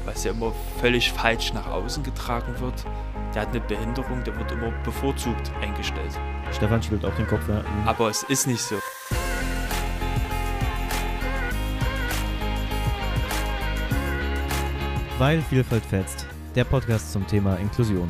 was ja immer völlig falsch nach außen getragen wird. Der hat eine Behinderung, der wird immer bevorzugt eingestellt. Stefan schüttelt auch den Kopf, ja. Aber es ist nicht so. Weil Vielfalt fetzt, der Podcast zum Thema Inklusion.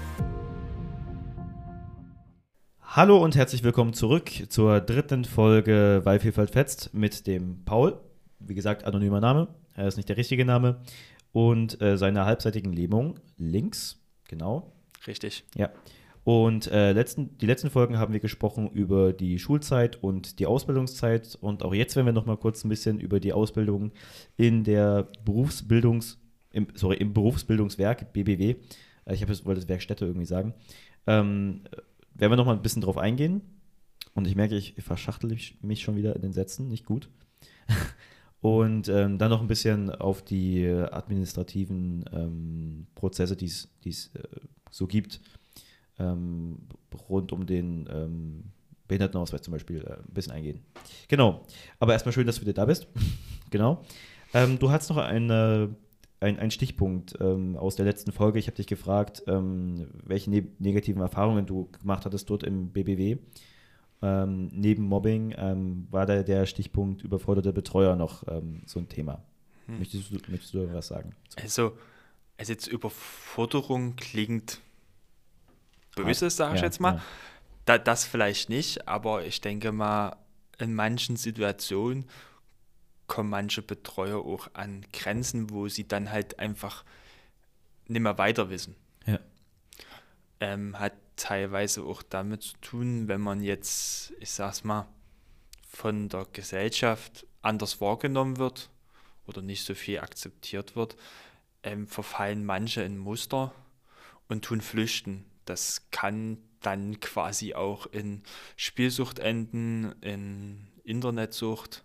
Hallo und herzlich willkommen zurück zur dritten Folge Weil Vielfalt fetzt mit dem Paul. Wie gesagt, anonymer Name, er ist nicht der richtige Name. Und seiner halbseitigen Lähmung links, genau. Richtig. Ja. Und die letzten Folgen haben wir gesprochen über die Schulzeit und die Ausbildungszeit. Und auch jetzt werden wir noch mal kurz ein bisschen über die Ausbildung in der im Berufsbildungswerk, BBW, wollte das Werkstätte irgendwie sagen, werden wir noch mal ein bisschen drauf eingehen. Und ich merke, ich verschachtel mich schon wieder in den Sätzen, nicht gut. Und dann noch ein bisschen auf die administrativen Prozesse, die es so gibt, rund um den Behindertenausweis zum Beispiel ein bisschen eingehen. Genau, aber erstmal schön, dass du wieder da bist. Genau. Du hast noch einen Stichpunkt aus der letzten Folge. Ich habe dich gefragt, welche negativen Erfahrungen du gemacht hattest dort im BBW. Neben Mobbing war da der Stichpunkt überforderte Betreuer noch so ein Thema. Möchtest du was sagen? Also jetzt Überforderung klingt böse, sage ich jetzt mal. Ja. Das vielleicht nicht, aber ich denke mal, in manchen Situationen kommen manche Betreuer auch an Grenzen, wo sie dann halt einfach nicht mehr weiter wissen. Ja. Hat teilweise auch damit zu tun, wenn man jetzt, ich sag's mal, von der Gesellschaft anders wahrgenommen wird oder nicht so viel akzeptiert wird, verfallen manche in Muster und tun flüchten. Das kann dann quasi auch in Spielsucht enden, in Internetsucht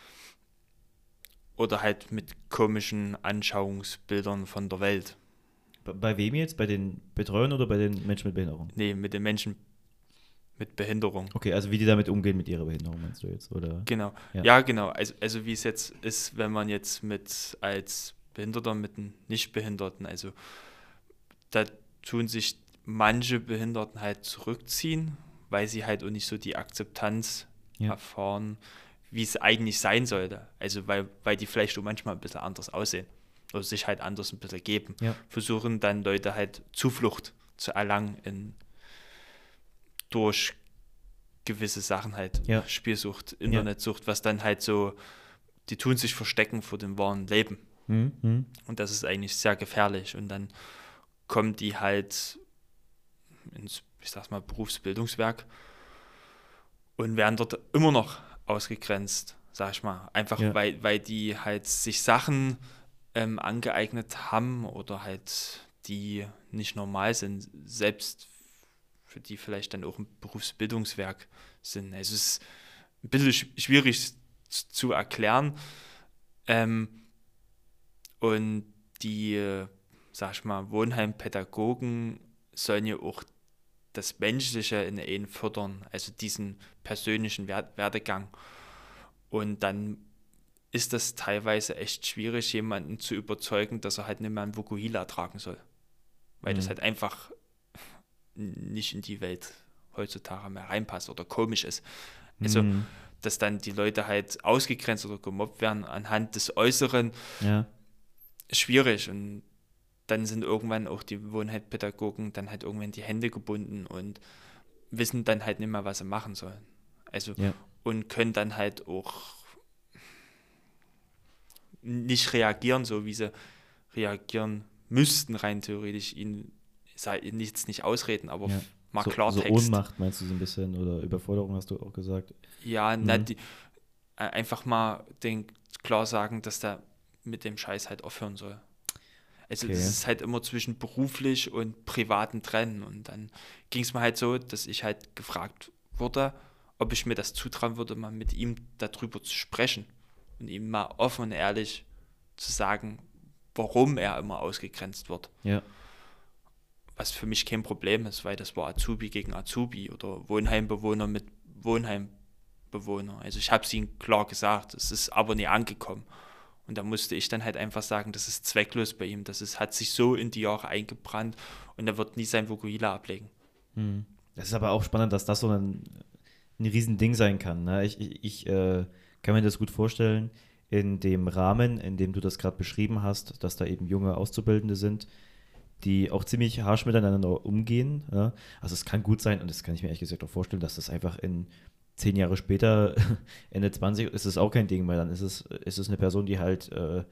oder halt mit komischen Anschauungsbildern von der Welt. Bei wem jetzt? Bei den Betreuern oder bei den Menschen mit Behinderung? Nee, mit den Menschen mit Behinderung. Okay, also wie die damit umgehen mit ihrer Behinderung, meinst du jetzt? Oder? Genau, ja genau. Also wie es jetzt ist, wenn man jetzt als Behinderter mit einem Nichtbehinderten, also da tun sich manche Behinderten halt zurückziehen, weil sie halt auch nicht so die Akzeptanz erfahren, wie es eigentlich sein sollte. Also weil die vielleicht auch manchmal ein bisschen anders aussehen oder sich halt anders ein bisschen geben. Ja. Versuchen dann Leute halt Zuflucht zu erlangen durch gewisse Sachen halt. Ja. Spielsucht, Internetsucht, was dann halt so, die tun sich verstecken vor dem wahren Leben. Mhm. Und das ist eigentlich sehr gefährlich. Und dann kommen die halt ins, ich sag's mal, Berufsbildungswerk und werden dort immer noch ausgegrenzt, sag ich mal. Einfach weil die halt sich Sachen angeeignet haben oder halt die nicht normal sind, selbst für die vielleicht dann auch ein Berufsbildungswerk sind. Also es ist ein bisschen schwierig zu erklären. Und die, sag ich mal, Wohnheimpädagogen sollen ja auch das Menschliche in ihnen fördern, also diesen persönlichen Werdegang. Und dann ist das teilweise echt schwierig, jemanden zu überzeugen, dass er halt nicht mehr einen Vokuhila tragen soll. Weil das halt einfach nicht in die Welt heutzutage mehr reinpasst oder komisch ist. Also, dass dann die Leute halt ausgegrenzt oder gemobbt werden anhand des Äußeren, schwierig. Und dann sind irgendwann auch die Wohnheimpädagogen dann halt irgendwann die Hände gebunden und wissen dann halt nicht mehr, was sie machen sollen. Also, und können dann halt auch nicht reagieren, so wie sie reagieren müssten, rein theoretisch. Ihnen nichts nicht ausreden, aber mal Klartext. So Ohnmacht meinst du so ein bisschen oder Überforderung hast du auch gesagt? Ja, einfach mal den klar sagen, dass der mit dem Scheiß halt aufhören soll. Also das ist halt immer zwischen beruflich und privaten trennen. Und dann ging es mir halt so, dass ich halt gefragt wurde, ob ich mir das zutrauen würde, mal mit ihm darüber zu sprechen und ihm mal offen und ehrlich zu sagen, warum er immer ausgegrenzt wird. Ja. Was für mich kein Problem ist, weil das war Azubi gegen Azubi oder Wohnheimbewohner mit Wohnheimbewohner. Also ich habe es ihnen klar gesagt, es ist aber nie angekommen. Und da musste ich dann halt einfach sagen, das ist zwecklos bei ihm. Hat sich so in die Jahre eingebrannt und er wird nie sein Vokuhila ablegen. Das ist aber auch spannend, dass das so ein Riesending sein kann. Ne? Ich kann mir das gut vorstellen, in dem Rahmen, in dem du das gerade beschrieben hast, dass da eben junge Auszubildende sind, die auch ziemlich harsch miteinander umgehen. Ja? Also es kann gut sein, und das kann ich mir ehrlich gesagt auch vorstellen, dass das einfach in 10 Jahre später, Ende 20, ist es auch kein Ding mehr. Dann ist es eine Person, die halt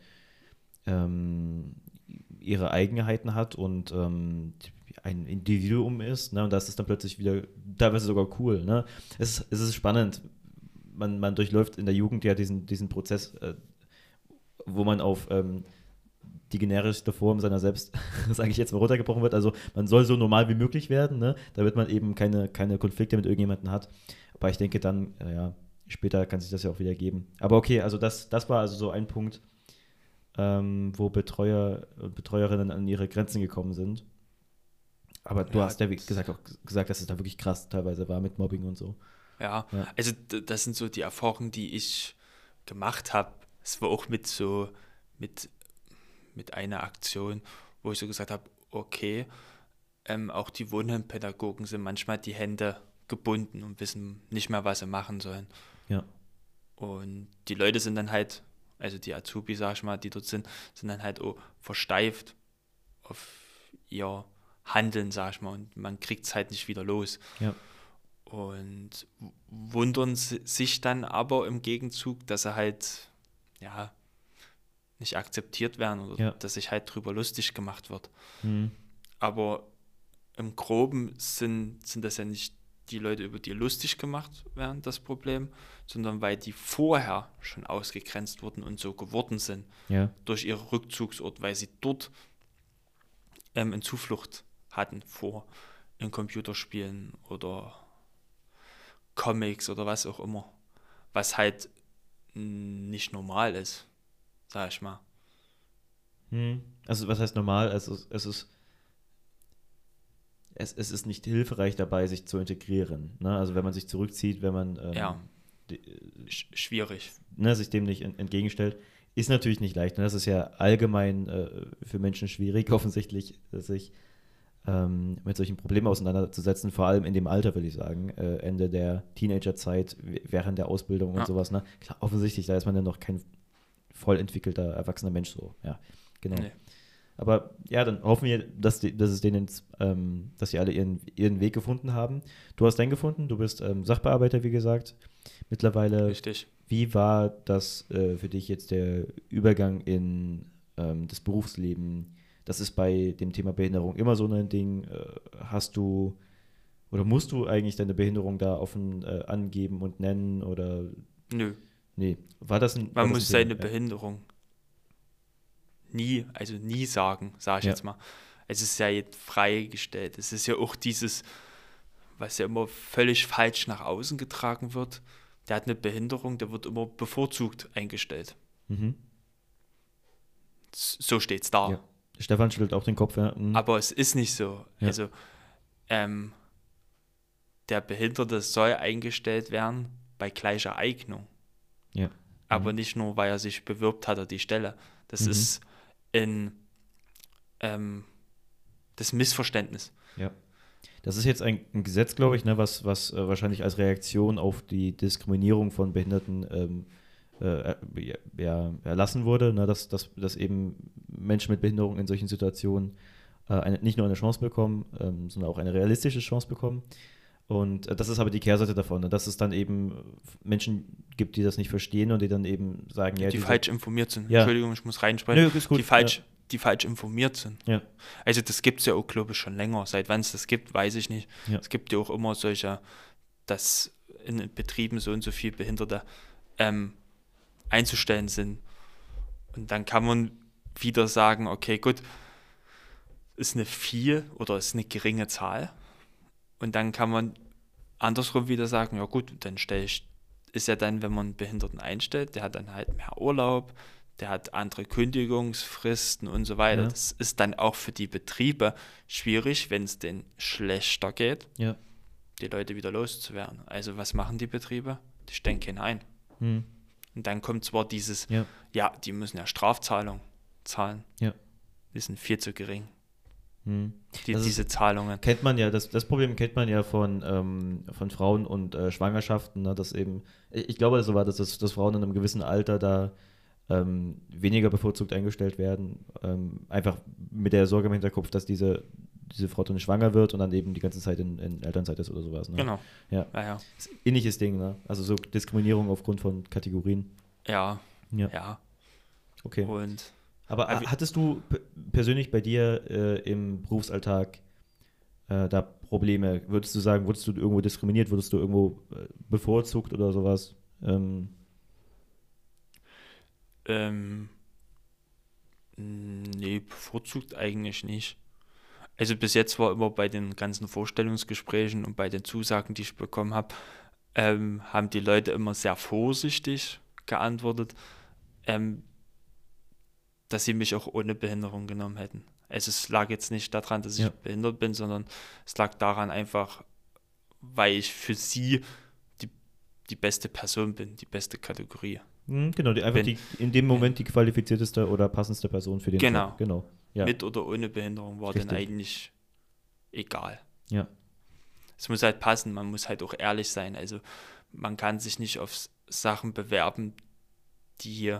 ihre Eigenheiten hat und ein Individuum ist, ne? Und das ist dann plötzlich wieder teilweise sogar cool. Ne? Es ist spannend. Man durchläuft in der Jugend ja diesen Prozess, wo man auf die generischste Form seiner selbst, sage ich jetzt mal, runtergebrochen wird. Also man soll so normal wie möglich werden, ne? Damit man eben keine Konflikte mit irgendjemandem hat. Aber ich denke dann, später kann sich das ja auch wieder geben. Aber okay, also das war also so ein Punkt, wo Betreuer und Betreuerinnen an ihre Grenzen gekommen sind. Aber du hast ja, wie gesagt, auch gesagt, dass es da wirklich krass teilweise war mit Mobbing und so. Ja, also das sind so die Erfahrungen, die ich gemacht habe. Es war auch mit einer Aktion, wo ich so gesagt habe, okay, auch die Wohnheimpädagogen sind manchmal die Hände gebunden und wissen nicht mehr, was sie machen sollen. Ja. Und die Leute sind dann halt, also die Azubi, sag ich mal, die dort sind dann halt auch versteift auf ihr Handeln, sag ich mal, und man kriegt es halt nicht wieder los. Ja. Und wundern sich dann aber im Gegenzug, dass sie halt, nicht akzeptiert werden oder dass sich halt drüber lustig gemacht wird. Aber im Groben sind das ja nicht die Leute, über die lustig gemacht werden, das Problem, sondern weil die vorher schon ausgegrenzt wurden und so geworden sind durch ihren Rückzugsort, weil sie dort in Zuflucht hatten in Computerspielen oder Comics oder was auch immer, was halt nicht normal ist, sag ich mal. Also was heißt normal? Es ist nicht hilfreich dabei, sich zu integrieren. Ne? Also wenn man sich zurückzieht, wenn man schwierig, ne, sich dem nicht entgegenstellt, ist natürlich nicht leicht. Ne? Das ist ja allgemein für Menschen schwierig, offensichtlich, sich mit solchen Problemen auseinanderzusetzen, vor allem in dem Alter, will ich sagen, Ende der Teenagerzeit, während der Ausbildung und sowas. Ne? Klar, offensichtlich, da ist man ja noch kein voll entwickelter, erwachsener Mensch so. Ja, genau. Nee. Aber ja, dann hoffen wir, dass sie alle ihren Weg gefunden haben. Du hast den gefunden, du bist Sachbearbeiter, wie gesagt, mittlerweile. Richtig. Wie war das für dich jetzt der Übergang in das Berufsleben? Das ist bei dem Thema Behinderung immer so ein Ding. Hast du oder musst du eigentlich deine Behinderung da offen angeben und nennen? Oder? Nö. Nee. Man muss seine Behinderung nie sagen, sage ich jetzt mal. Es ist ja jetzt freigestellt. Es ist ja auch dieses, was ja immer völlig falsch nach außen getragen wird. Der hat eine Behinderung, der wird immer bevorzugt eingestellt. So steht es da. Ja. Stefan schüttelt auch den Kopf, ja. Aber es ist nicht so. Ja. Also der Behinderte soll eingestellt werden bei gleicher Eignung. Ja. Aber nicht nur, weil er sich bewirbt hat, die Stelle. Das ist das Missverständnis. Ja. Das ist jetzt ein Gesetz, glaube ich, ne, was wahrscheinlich als Reaktion auf die Diskriminierung von Behinderten erlassen wurde, ne, dass eben Menschen mit Behinderung in solchen Situationen nicht nur eine Chance bekommen, sondern auch eine realistische Chance bekommen. Und das ist aber die Kehrseite davon, ne, dass es dann eben Menschen gibt, die das nicht verstehen und die dann eben sagen, die falsch informiert sind. Ja. Entschuldigung, ich muss reinsprechen. Nö, ist gut. Die falsch informiert sind. Ja. Also das gibt es ja auch, glaube ich, schon länger. Seit wann es das gibt, weiß ich nicht. Ja. Es gibt ja auch immer solche, dass in Betrieben so und so viele Behinderte einzustellen sind. Und dann kann man wieder sagen, okay, gut, ist eine viel oder ist eine geringe Zahl. Und dann kann man andersrum wieder sagen, ja gut, dann ist ja dann, wenn man einen Behinderten einstellt, der hat dann halt mehr Urlaub, der hat andere Kündigungsfristen und so weiter. Ja. Das ist dann auch für die Betriebe schwierig, wenn es denen schlechter geht, die Leute wieder loszuwerden. Also was machen die Betriebe? Die stellen keinen ein. Und Und dann kommt zwar dieses, Ja. ja, die müssen ja Strafzahlung zahlen. Ja. Die sind viel zu gering, Hm. diese Zahlungen. Kennt man ja, das Problem kennt man ja von Frauen und Schwangerschaften, ne, dass eben, ich glaube, so war das, dass Frauen in einem gewissen Alter da weniger bevorzugt eingestellt werden, einfach mit der Sorge im Hinterkopf, dass diese Frau dann schwanger wird und dann eben die ganze Zeit in Elternzeit ist oder sowas. Ne? Genau. Ja. Ja. Das ist ein ähnliches Ding, ne? Also so Diskriminierung aufgrund von Kategorien. Ja. Ja. Ja. Okay. Und Aber hattest du persönlich bei dir im Berufsalltag da Probleme? Würdest du sagen, wurdest du irgendwo diskriminiert, wurdest du irgendwo bevorzugt oder sowas? Nee, bevorzugt eigentlich nicht. Also bis jetzt war immer bei den ganzen Vorstellungsgesprächen und bei den Zusagen, die ich bekommen habe, haben die Leute immer sehr vorsichtig geantwortet, dass sie mich auch ohne Behinderung genommen hätten. Also es lag jetzt nicht daran, dass ich behindert bin, sondern es lag daran einfach, weil ich für sie die beste Person bin, die beste Kategorie. Genau, in dem Moment die qualifizierteste oder passendste Person für den Job. Genau. Ja. Mit oder ohne Behinderung war dann eigentlich egal. Ja. Es muss halt passen, man muss halt auch ehrlich sein. Also man kann sich nicht auf Sachen bewerben, die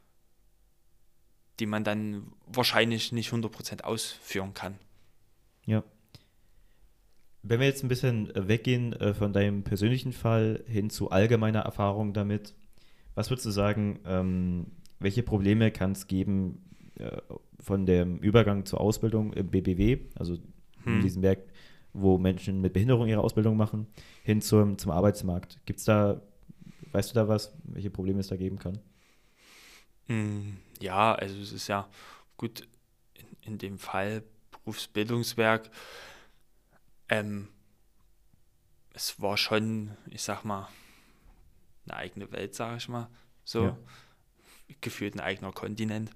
man dann wahrscheinlich nicht 100% ausführen kann. Ja. Wenn wir jetzt ein bisschen weggehen von deinem persönlichen Fall hin zu allgemeiner Erfahrung damit, was würdest du sagen, welche Probleme kann es geben von dem Übergang zur Ausbildung im BBW, also in diesem Werk, wo Menschen mit Behinderung ihre Ausbildung machen, hin zum Arbeitsmarkt? Gibt's da, weißt du da was, welche Probleme es da geben kann? Ja, also es ist ja gut, in dem Fall Berufsbildungswerk, es war schon, ich sag mal, eine eigene Welt, sage ich mal, so, gefühlt ein eigener Kontinent.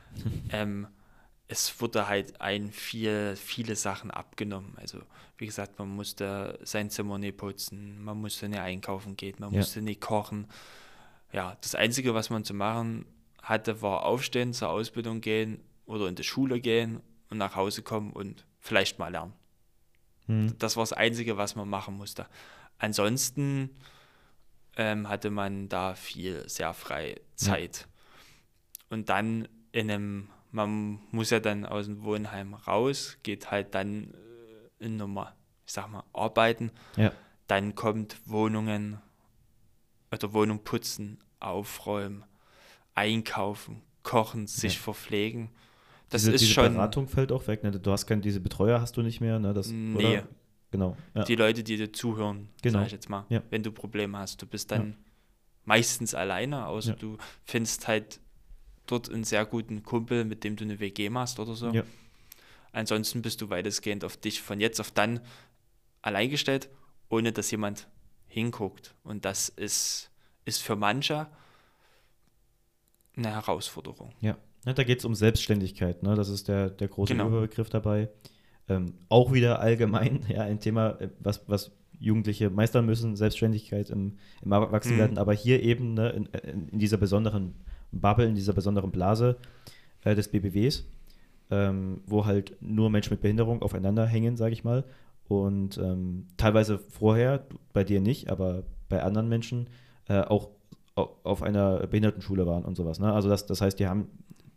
Es wurde halt viele Sachen abgenommen. Also, wie gesagt, man musste sein Zimmer nicht putzen, man musste nicht einkaufen gehen, man musste nicht kochen. Ja, das Einzige, was man zu machen hatte, war aufstehen, zur Ausbildung gehen oder in die Schule gehen und nach Hause kommen und vielleicht mal lernen. Das war das Einzige, was man machen musste. Ansonsten hatte man da sehr freie Zeit. Und dann man muss ja dann aus dem Wohnheim raus, geht halt dann ich sag mal, arbeiten. Ja. Dann kommt Wohnung putzen, aufräumen, einkaufen, kochen, sich verpflegen. Das ist diese schon. Beratung fällt auch weg, ne? Du hast diese Betreuer hast du nicht mehr, ne? Nee. Oder? Genau. Ja. Die Leute, die dir zuhören, sag ich jetzt mal, Ja. wenn du Probleme hast. Du bist dann meistens alleine, außer du findest halt dort einen sehr guten Kumpel, mit dem du eine WG machst oder so. Ja. Ansonsten bist du weitestgehend auf dich von jetzt auf dann allein gestellt, ohne dass jemand hinguckt. Und das ist für manche eine Herausforderung. Ja, da geht es um Selbstständigkeit, ne? Das ist der große Genau. Überbegriff dabei. Auch wieder allgemein, ein Thema, was Jugendliche meistern müssen, Selbstständigkeit im Erwachsenwerden, aber hier eben, ne, in dieser besonderen Bubble, in dieser besonderen Blase des BBWs, wo halt nur Menschen mit Behinderung aufeinander hängen, sage ich mal, und teilweise vorher, bei dir nicht, aber bei anderen Menschen auch auf einer Behindertenschule waren und sowas. Ne? Also das heißt, die haben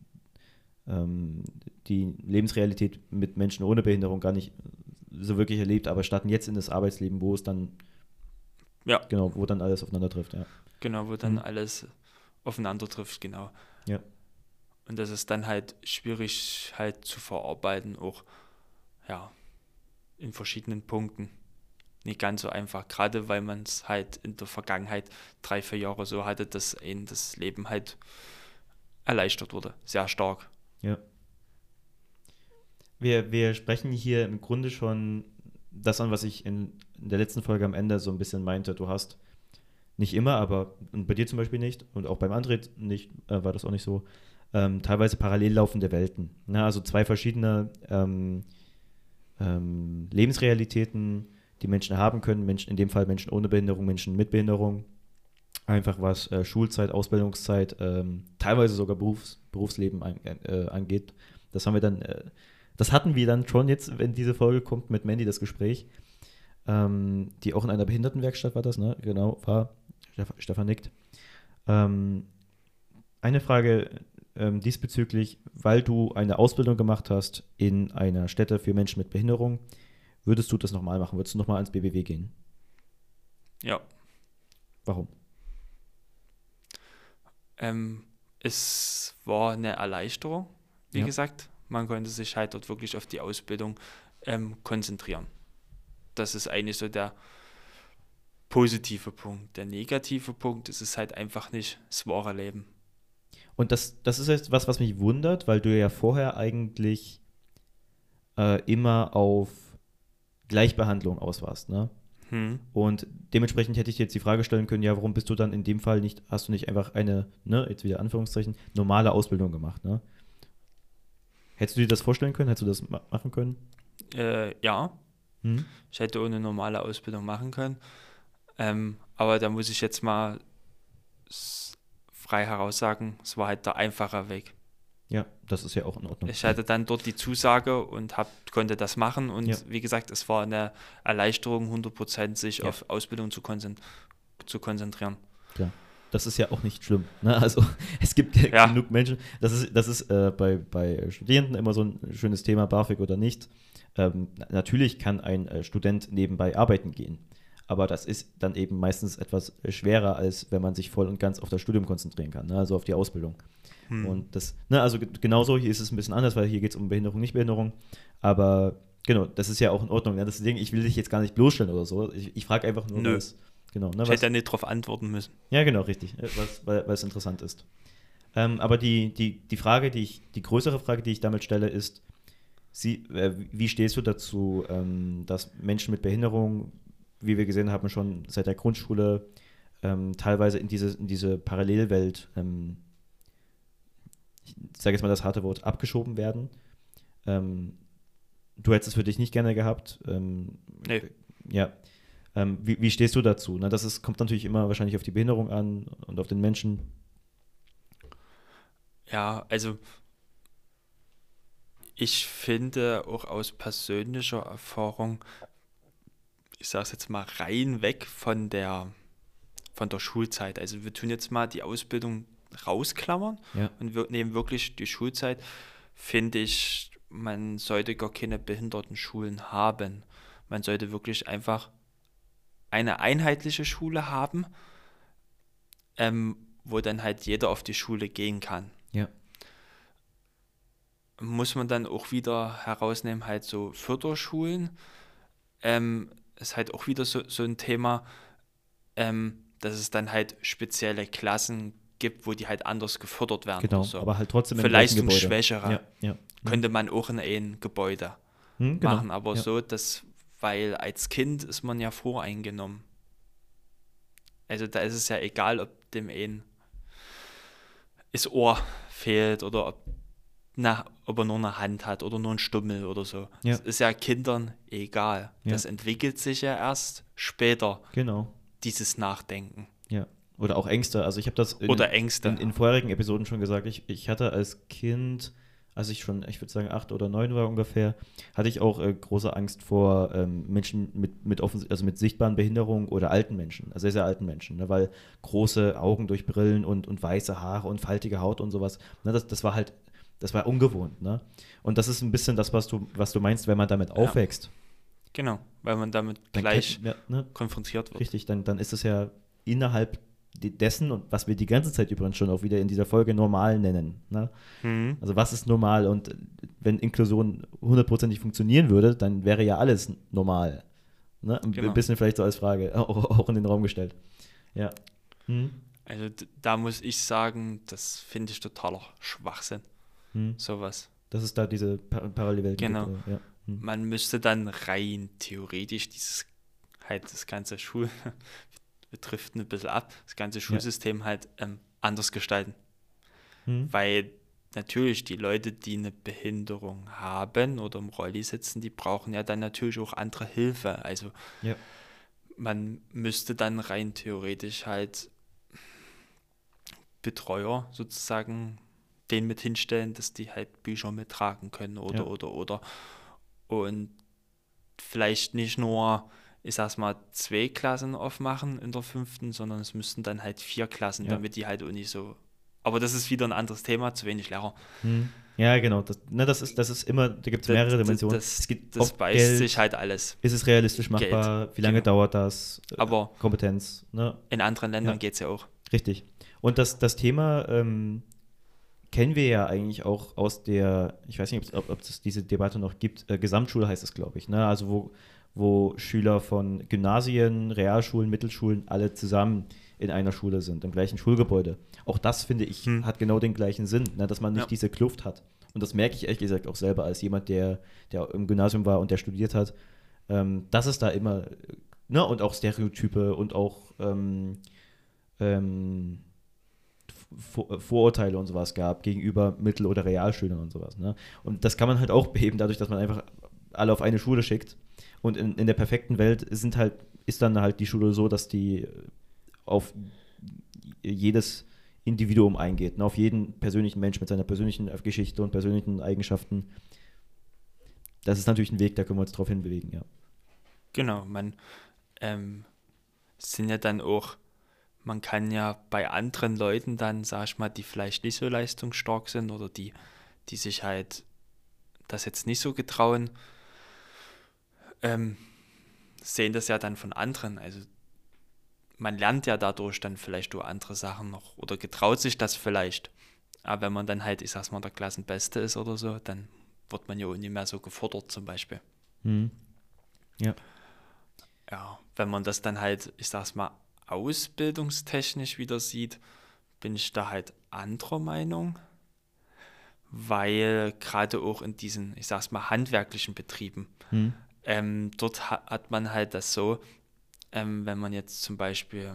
die Lebensrealität mit Menschen ohne Behinderung gar nicht so wirklich erlebt, aber starten jetzt in das Arbeitsleben, wo es dann wo dann alles aufeinander trifft. Ja. Genau, wo dann alles aufeinander trifft, genau. Ja. Und das ist dann halt schwierig halt zu verarbeiten, auch in verschiedenen Punkten. Nicht ganz so einfach, gerade weil man es halt in der Vergangenheit 3-4 Jahre so hatte, dass ihnen das Leben halt erleichtert wurde, sehr stark. Ja. Wir sprechen hier im Grunde schon das an, was ich in der letzten Folge am Ende so ein bisschen meinte. Du hast nicht immer, aber und bei dir zum Beispiel nicht und auch beim André nicht, war das auch nicht so, teilweise parallel laufende Welten. Ne? Also zwei verschiedene Lebensrealitäten, die Menschen haben können, Menschen, in dem Fall Menschen ohne Behinderung, Menschen mit Behinderung. einfach was Schulzeit, Ausbildungszeit, teilweise sogar Berufsleben angeht. Das hatten wir dann schon jetzt, wenn diese Folge kommt, mit Mandy das Gespräch, die auch in einer Behindertenwerkstatt war das, ne? Genau, war. Stefan nickt. Eine Frage diesbezüglich, weil du eine Ausbildung gemacht hast in einer Stätte für Menschen mit Behinderung, würdest du das nochmal machen? Würdest du nochmal ans BBW gehen? Ja. Warum? Es war eine Erleichterung, wie Ja. gesagt. Man konnte sich halt dort wirklich auf die Ausbildung konzentrieren. Das ist eigentlich so der positive Punkt. Der negative Punkt ist es halt einfach nicht das wahre Leben. Und das ist jetzt was mich wundert, weil du ja vorher eigentlich immer auf Gleichbehandlung aus warst, ne? Und dementsprechend hätte ich dir jetzt die Frage stellen können, ja, warum bist du dann in dem Fall nicht, hast du nicht einfach eine, ne, jetzt wieder Anführungszeichen, normale Ausbildung gemacht, ne? Hättest du dir das vorstellen können? Hättest du das machen können? Ja, ich hätte ohne normale Ausbildung machen können. Aber da muss ich jetzt mal frei heraus sagen, es war halt der einfache Weg. Ja, das ist ja auch in Ordnung. Ich hatte dann dort die Zusage und konnte das machen und Ja. wie gesagt, es war eine Erleichterung, 100% sich Ja. auf Ausbildung zu konzentrieren. Klar. Das ist ja auch nicht schlimm. Ne? Also es gibt Ja. genug Menschen, das ist bei Studierenden immer so ein schönes Thema, BAföG oder nicht. Natürlich kann ein Student nebenbei arbeiten gehen, aber das ist dann eben meistens etwas schwerer, als wenn man sich voll und ganz auf das Studium konzentrieren kann, ne? Also auf die Ausbildung. Und das, ne, also genauso, hier ist es ein bisschen anders, weil hier geht es um Behinderung, Nichtbehinderung, aber genau, das ist ja auch in Ordnung. Ne? Deswegen, ich will dich jetzt gar nicht bloßstellen oder so, ich frage einfach nur, Nö. was, genau, ne, Ich was, hätte ja nicht darauf antworten müssen. ja, genau, richtig, weil es interessant ist. Aber die größere Frage, die ich damit stelle, ist, wie stehst du dazu, dass Menschen mit Behinderung, wie wir gesehen haben, schon seit der Grundschule teilweise in diese Parallelwelt, ich sage jetzt mal das harte Wort, abgeschoben werden? Du hättest es für dich nicht gerne gehabt. Nee. Ja. Wie stehst du dazu? Ne, kommt natürlich immer wahrscheinlich auf die Behinderung an und auf den Menschen. Ja, also ich finde auch aus persönlicher Erfahrung, ich sage es jetzt mal rein weg von der Schulzeit. Also wir tun jetzt mal die Ausbildung rausklammern Ja. und wir nehmen wirklich die Schulzeit, finde ich, man sollte gar keine Behindertenschulen haben. Man sollte wirklich einfach eine einheitliche Schule haben, wo dann halt jeder auf die Schule gehen kann. Ja. Muss man dann auch wieder herausnehmen, halt so Förderschulen, ist halt auch wieder so ein Thema, dass es dann halt spezielle Klassen gibt, wo die halt anders gefördert werden Genau, oder so. aber halt trotzdem Für im gleichen Gebäude. Leistungsschwächere Ja. könnte man auch in ein Gebäude Genau. machen, aber Ja. so, weil als Kind ist man ja voreingenommen. Also da ist es ja egal, ob dem einen das Ohr fehlt oder ob er nur eine Hand hat oder nur einen Stummel oder so. Ja. Das ist ja Kindern egal. Ja. Das entwickelt sich ja erst später, Genau. dieses Nachdenken. Ja. Oder auch Ängste. Also ich habe das Oder Ängste. in vorherigen Episoden schon gesagt. Ich hatte als Kind, als ich würde sagen 8 oder 9 war ungefähr, hatte ich auch große Angst vor Menschen mit sichtbaren Behinderungen oder alten Menschen, also sehr, sehr alten Menschen, ne, weil große Augen durch Brillen und weiße Haare und faltige Haut und sowas, ne, das war ungewohnt, ne? Und das ist ein bisschen das, was du meinst, wenn man damit aufwächst. Genau, weil man damit Dann gleich ne, konfrontiert wird. richtig, dann ist es ja innerhalb dessen, und was wir die ganze Zeit übrigens schon auch wieder in dieser Folge normal nennen. Ne? Also was ist normal? Und wenn Inklusion 100% funktionieren würde, dann wäre ja alles normal. Ne? Genau. Ein bisschen vielleicht so als Frage auch in den Raum gestellt. Ja. Also da muss ich sagen, das finde ich totaler Schwachsinn. Sowas. Dass es da diese Parallelwelten Genau. gibt. Ja. Man müsste dann rein theoretisch das ganze wir driften ein bisschen ab, das ganze Schulsystem halt anders gestalten. Weil natürlich die Leute, die eine Behinderung haben oder im Rolli sitzen, die brauchen ja dann natürlich auch andere Hilfe. Also man müsste dann rein theoretisch halt Betreuer sozusagen den mit hinstellen, dass die halt Bücher mittragen können oder. Und vielleicht nicht nur, ich sag's mal, 2 Klassen aufmachen in der 5., sondern es müssten dann halt 4 Klassen, damit die halt auch nicht so. Aber das ist wieder ein anderes Thema, zu wenig Lehrer. Ja, genau. Das ist immer, da gibt es mehrere Dimensionen. Es beißt Geld, sich halt alles. Ist es realistisch machbar? Geld. Wie lange dauert das? Aber Kompetenz. Ne? In anderen Ländern geht es ja auch. Richtig. Und das Thema kennen wir ja eigentlich auch aus der, ich weiß nicht, ob es diese Debatte noch gibt, Gesamtschule heißt es, glaube ich. Ne? Also wo Schüler von Gymnasien, Realschulen, Mittelschulen alle zusammen in einer Schule sind, im gleichen Schulgebäude. Auch das, finde ich, hat genau den gleichen Sinn, ne? Dass man nicht diese Kluft hat. Und das merke ich ehrlich gesagt auch selber als jemand, der im Gymnasium war und der studiert hat, dass es da immer, ne? Und auch Stereotype und auch Vorurteile und sowas gab gegenüber Mittel- oder Realschülern und sowas. Ne? Und das kann man halt auch beheben, dadurch, dass man einfach alle auf eine Schule schickt. Und in der perfekten Welt ist dann halt die Schule so, dass die auf jedes Individuum eingeht, ne? Auf jeden persönlichen Mensch mit seiner persönlichen Geschichte und persönlichen Eigenschaften. Das ist natürlich ein Weg, da können wir uns drauf hinbewegen, ja. Genau, man sind ja dann auch, man kann ja bei anderen Leuten dann, sag ich mal, die vielleicht nicht so leistungsstark sind oder die sich halt das jetzt nicht so getrauen, sehen das ja dann von anderen. Also man lernt ja dadurch dann vielleicht auch andere Sachen noch oder getraut sich das vielleicht. Aber wenn man dann halt, ich sag's mal, der Klassenbeste ist oder so, dann wird man ja auch nicht mehr so gefordert zum Beispiel. Ja. Ja, wenn man das dann halt, ich sag's mal, ausbildungstechnisch wieder sieht, bin ich da halt anderer Meinung, weil gerade auch in diesen, ich sag's mal, handwerklichen Betrieben, dort hat man halt das so, wenn man jetzt zum Beispiel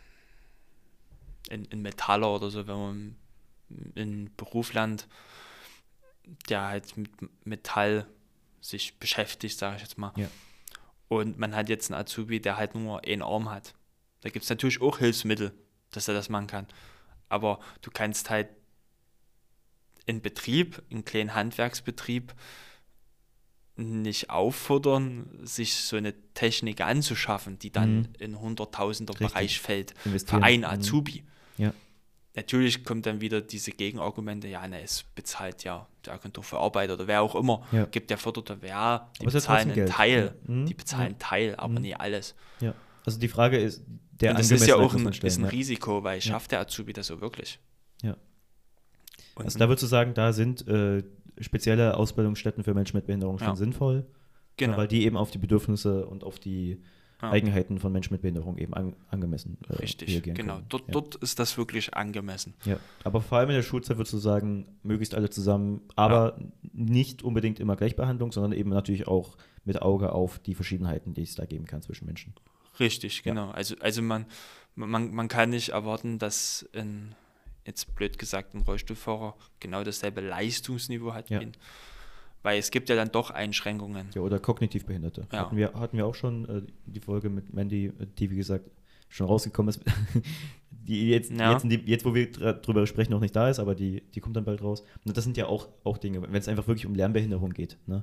in Metaller oder so, wenn man in Beruf lernt, der halt mit Metall sich beschäftigt, sage ich jetzt mal. Ja. Und man hat jetzt einen Azubi, der halt nur einen Arm hat. Da gibt es natürlich auch Hilfsmittel, dass er das machen kann. Aber du kannst halt in Betrieb, in kleinen Handwerksbetrieb, nicht auffordern, sich so eine Technik anzuschaffen, die dann in 100.000er Bereich fällt für einen Azubi. Ja. Natürlich kommt dann wieder diese Gegenargumente, ja, ne, es bezahlt ja der Agentur für Arbeit oder wer auch immer, gibt der Förderte, die bezahlen einen Teil, die bezahlen einen Teil, aber nie alles. Ja, also die Frage ist, das ist ja auch ein Risiko, weil schafft der Azubi das so wirklich? Ja. Und also da würdest du sagen, da sind spezielle Ausbildungsstätten für Menschen mit Behinderung schon sinnvoll, weil die eben auf die Bedürfnisse und auf die Eigenheiten von Menschen mit Behinderung eben angemessen reagieren können. Dort ist das wirklich angemessen. Ja, aber vor allem in der Schulzeit würdest du sagen, möglichst alle zusammen, aber nicht unbedingt immer Gleichbehandlung, sondern eben natürlich auch mit Auge auf die Verschiedenheiten, die es da geben kann zwischen Menschen. Richtig, genau. Also man kann nicht erwarten, dass jetzt blöd gesagt, ein Rollstuhlfahrer genau dasselbe Leistungsniveau hat wie ein, weil es gibt ja dann doch Einschränkungen. Ja, oder kognitiv Behinderte. Ja. Hatten wir auch schon die Folge mit Mandy, die wie gesagt schon rausgekommen ist, die jetzt, wo wir drüber sprechen, noch nicht da ist, aber die kommt dann bald raus. Und das sind ja auch Dinge, wenn es einfach wirklich um Lernbehinderung geht. Ne?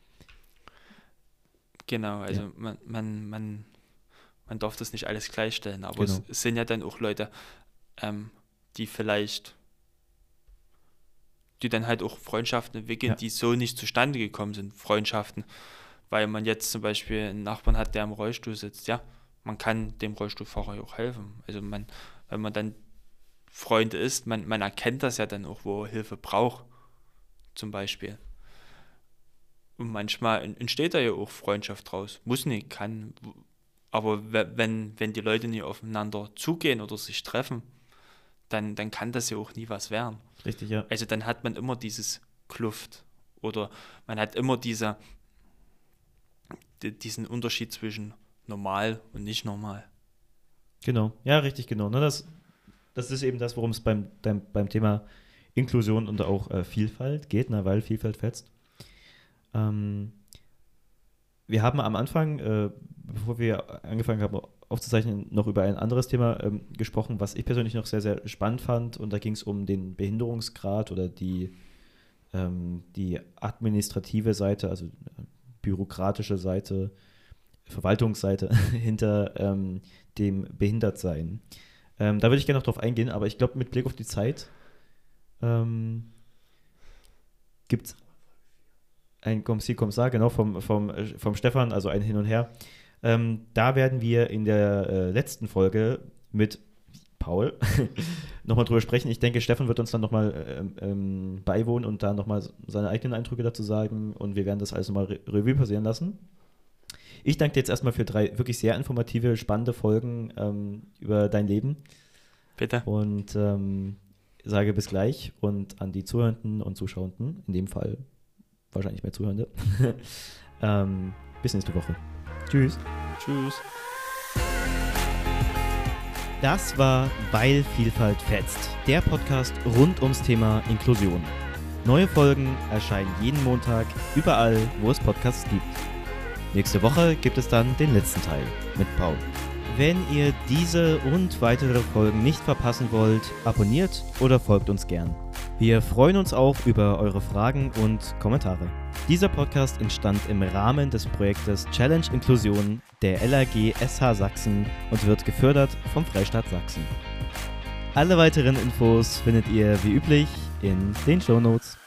Genau, also man darf das nicht alles gleichstellen, aber es sind ja dann auch Leute, die dann halt auch Freundschaften entwickeln, die so nicht zustande gekommen sind, Freundschaften, weil man jetzt zum Beispiel einen Nachbarn hat, der im Rollstuhl sitzt, man kann dem Rollstuhlfahrer ja auch helfen. Also wenn man dann Freunde ist, man erkennt das ja dann auch, wo er Hilfe braucht, zum Beispiel. Und manchmal entsteht da ja auch Freundschaft draus. Muss nicht, kann, aber wenn die Leute nicht aufeinander zugehen oder sich treffen, dann kann das ja auch nie was werden. Richtig, ja. Also dann hat man immer dieses Kluft oder man hat immer diesen Unterschied zwischen normal und nicht normal. Genau, ja, richtig, genau. Ne, das ist eben das, worum es beim Thema Inklusion und auch Vielfalt geht, weil Vielfalt fetzt. Wir haben am Anfang, bevor wir angefangen haben aufzuzeichnen, noch über ein anderes Thema gesprochen, was ich persönlich noch sehr, sehr spannend fand. Und da ging es um den Behinderungsgrad oder die administrative Seite, also bürokratische Seite, Verwaltungsseite hinter dem Behindertsein. Da würde ich gerne noch drauf eingehen, aber ich glaube, mit Blick auf die Zeit gibt es ein Comme-ci, Comme-ça, genau, vom Stefan, also ein Hin und Her. Da werden wir in der letzten Folge mit Paul nochmal drüber sprechen. Ich denke, Stefan wird uns dann nochmal beiwohnen und da nochmal seine eigenen Eindrücke dazu sagen und wir werden das alles nochmal Revue passieren lassen. Ich danke dir jetzt erstmal für 3 wirklich sehr informative, spannende Folgen über dein Leben. Bitte. Und sage bis gleich und an die Zuhörenden und Zuschauenden, in dem Fall wahrscheinlich mehr Zuhörende, bis nächste Woche. Tschüss. Tschüss. Das war Weil Vielfalt fetzt, der Podcast rund ums Thema Inklusion. Neue Folgen erscheinen jeden Montag überall, wo es Podcasts gibt. Nächste Woche gibt es dann den letzten Teil mit Paul. Wenn ihr diese und weitere Folgen nicht verpassen wollt, abonniert oder folgt uns gern. Wir freuen uns auch über eure Fragen und Kommentare. Dieser Podcast entstand im Rahmen des Projektes Challenge Inklusion der LAG SH Sachsen und wird gefördert vom Freistaat Sachsen. Alle weiteren Infos findet ihr wie üblich in den Shownotes.